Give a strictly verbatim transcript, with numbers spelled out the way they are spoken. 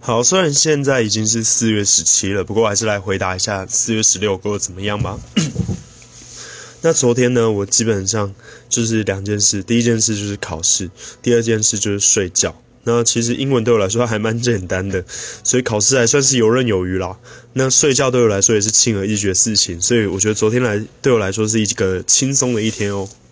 好，虽然现在已经是四月十七了，不过我还是来回答一下四月十六过得怎么样吧。那昨天呢，我基本上就是两件事，第一件事就是考试，第二件事就是睡觉。那其实英文对我来说还蛮简单的，所以考试还算是游刃有余啦。那睡觉对我来说也是轻而易举的事情，所以我觉得昨天来对我来说是一个轻松的一天哦。